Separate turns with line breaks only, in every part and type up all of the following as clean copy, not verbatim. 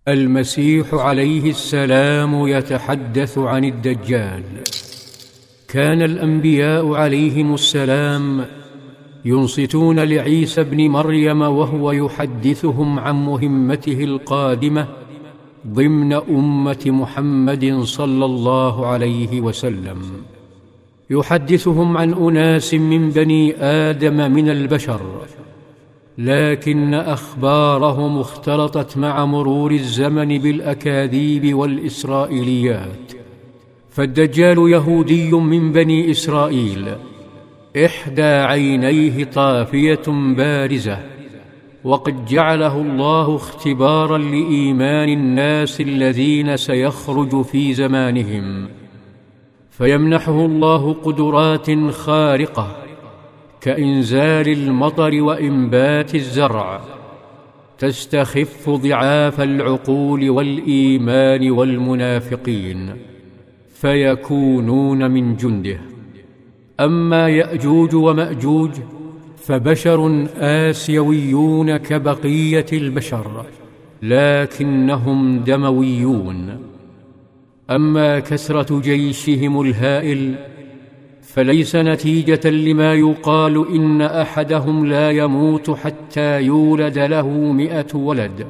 المسيح عليه السلام يتحدث عن الدجال. كان الأنبياء عليهم السلام ينصتون لعيسى ابن مريم وهو يحدثهم عن مهمته القادمة ضمن أمة محمد صلى الله عليه وسلم. يحدثهم عن أناس من بني آدم من البشر، لكن أخبارهم اختلطت مع مرور الزمن بالأكاذيب والإسرائيليات. فالدجال يهودي من بني إسرائيل، إحدى عينيه طافية بارزة، وقد جعله الله اختبارا لإيمان الناس الذين سيخرج في زمانهم، فيمنحه الله قدرات خارقة كإنزال المطر وإنبات الزرع تستخف ضعاف العقول والإيمان والمنافقين، فيكونون من جنده. أما يأجوج ومأجوج فبشر آسيويون كبقية البشر، لكنهم دمويون. أما كثرة جيشهم الهائل فليس نتيجة لما يقال إن أحدهم لا يموت حتى يولد له 100 ولد،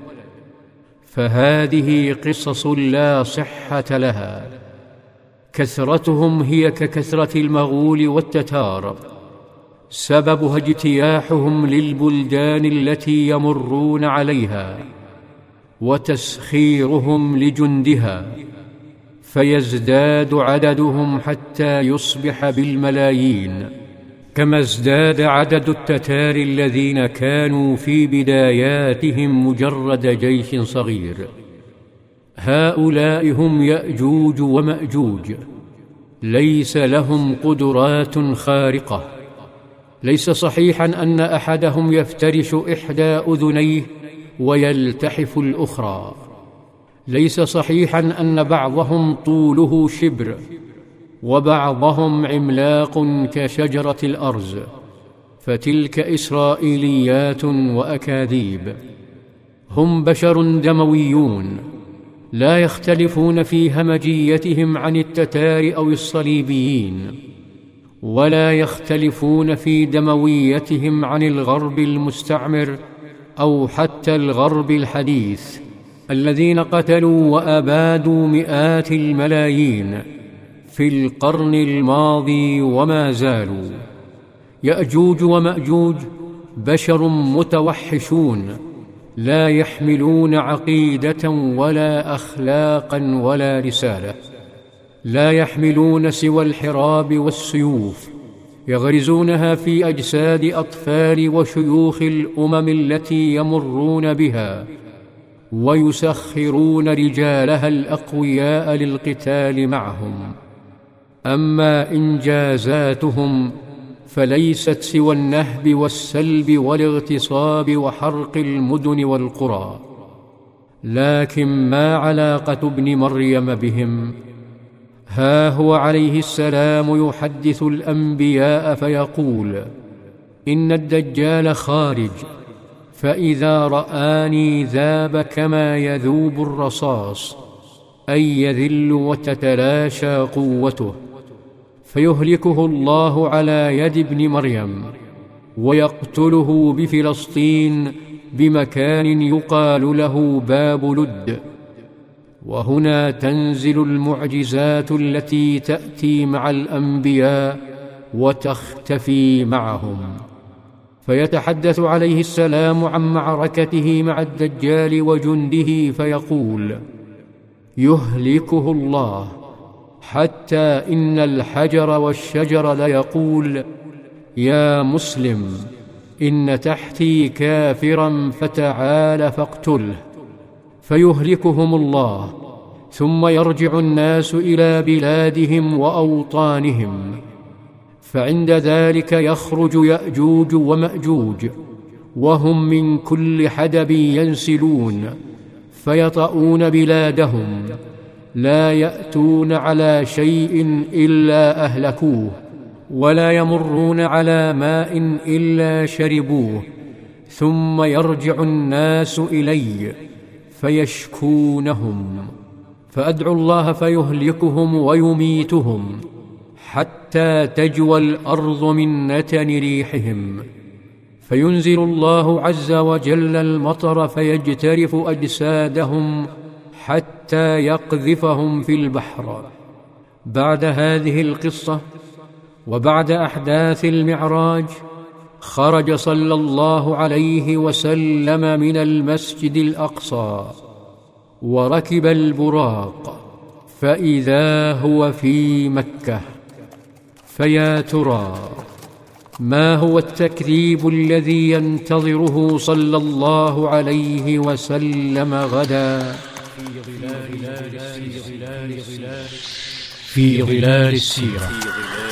فهذه قصص لا صحة لها. كثرتهم هي ككثرة المغول والتتار، سببها اجتياحهم للبلدان التي يمرون عليها وتسخيرهم لجندها، فيزداد عددهم حتى يصبح بالملايين، كما ازداد عدد التتار الذين كانوا في بداياتهم مجرد جيش صغير. هؤلاء هم يأجوج ومأجوج، ليس لهم قدرات خارقة. ليس صحيحا أن أحدهم يفترش إحدى أذنيه ويلتحف الأخرى. ليس صحيحا أن بعضهم طوله شبر وبعضهم عملاق كشجرة الأرز، فتلك إسرائيليات وأكاذيب. هم بشر دمويون، لا يختلفون في همجيتهم عن التتار أو الصليبيين، ولا يختلفون في دمويتهم عن الغرب المستعمر أو حتى الغرب الحديث الذين قتلوا وأبادوا مئات الملايين في القرن الماضي وما زالوا. يأجوج ومأجوج بشر متوحشون، لا يحملون عقيدة ولا أخلاقا ولا رسالة، لا يحملون سوى الحراب والسيوف، يغرزونها في أجساد أطفال وشيوخ الأمم التي يمرون بها، ويسخرون رجالها الأقوياء للقتال معهم. أما إنجازاتهم فليست سوى النهب والسلب والاغتصاب وحرق المدن والقرى. لكن ما علاقة ابن مريم بهم؟ ها هو عليه السلام يحدث الأنبياء فيقول: إن الدجال خارج، فإذا رآني ذاب كما يذوب الرصاص، أي يذل وتتلاشى قوته، فيهلكه الله على يد ابن مريم، ويقتله بفلسطين بمكان يقال له باب لد. وهنا تنزل المعجزات التي تأتي مع الأنبياء وتختفي معهم. فيتحدث عليه السلام عن معركته مع الدجال وجنده فيقول: يهلكه الله، حتى إن الحجر والشجر ليقول: يا مسلم، إن تحتي كافرا فتعال فاقتله. فيهلكهم الله، ثم يرجع الناس إلى بلادهم وأوطانهم، فعند ذلك يخرج يأجوج ومأجوج، وهم من كل حدب ينسلون، فيطؤون بلادهم، لا يأتون على شيء إلا أهلكوه، ولا يمرون على ماء إلا شربوه، ثم يرجع الناس إلي فيشكونهم، فأدعو الله فيهلكهم ويميتهم حتى تجوى الأرض من نتن ريحهم، فينزل الله عز وجل المطر فيجترف أجسادهم حتى يقذفهم في البحر. بعد هذه القصة وبعد أحداث المعراج خرج صلى الله عليه وسلم من المسجد الأقصى وركب البراق، فإذا هو في مكة. فيا ترى ما هو التكذيب الذي ينتظره صلى الله عليه وسلم غدا في ظلال السيرة؟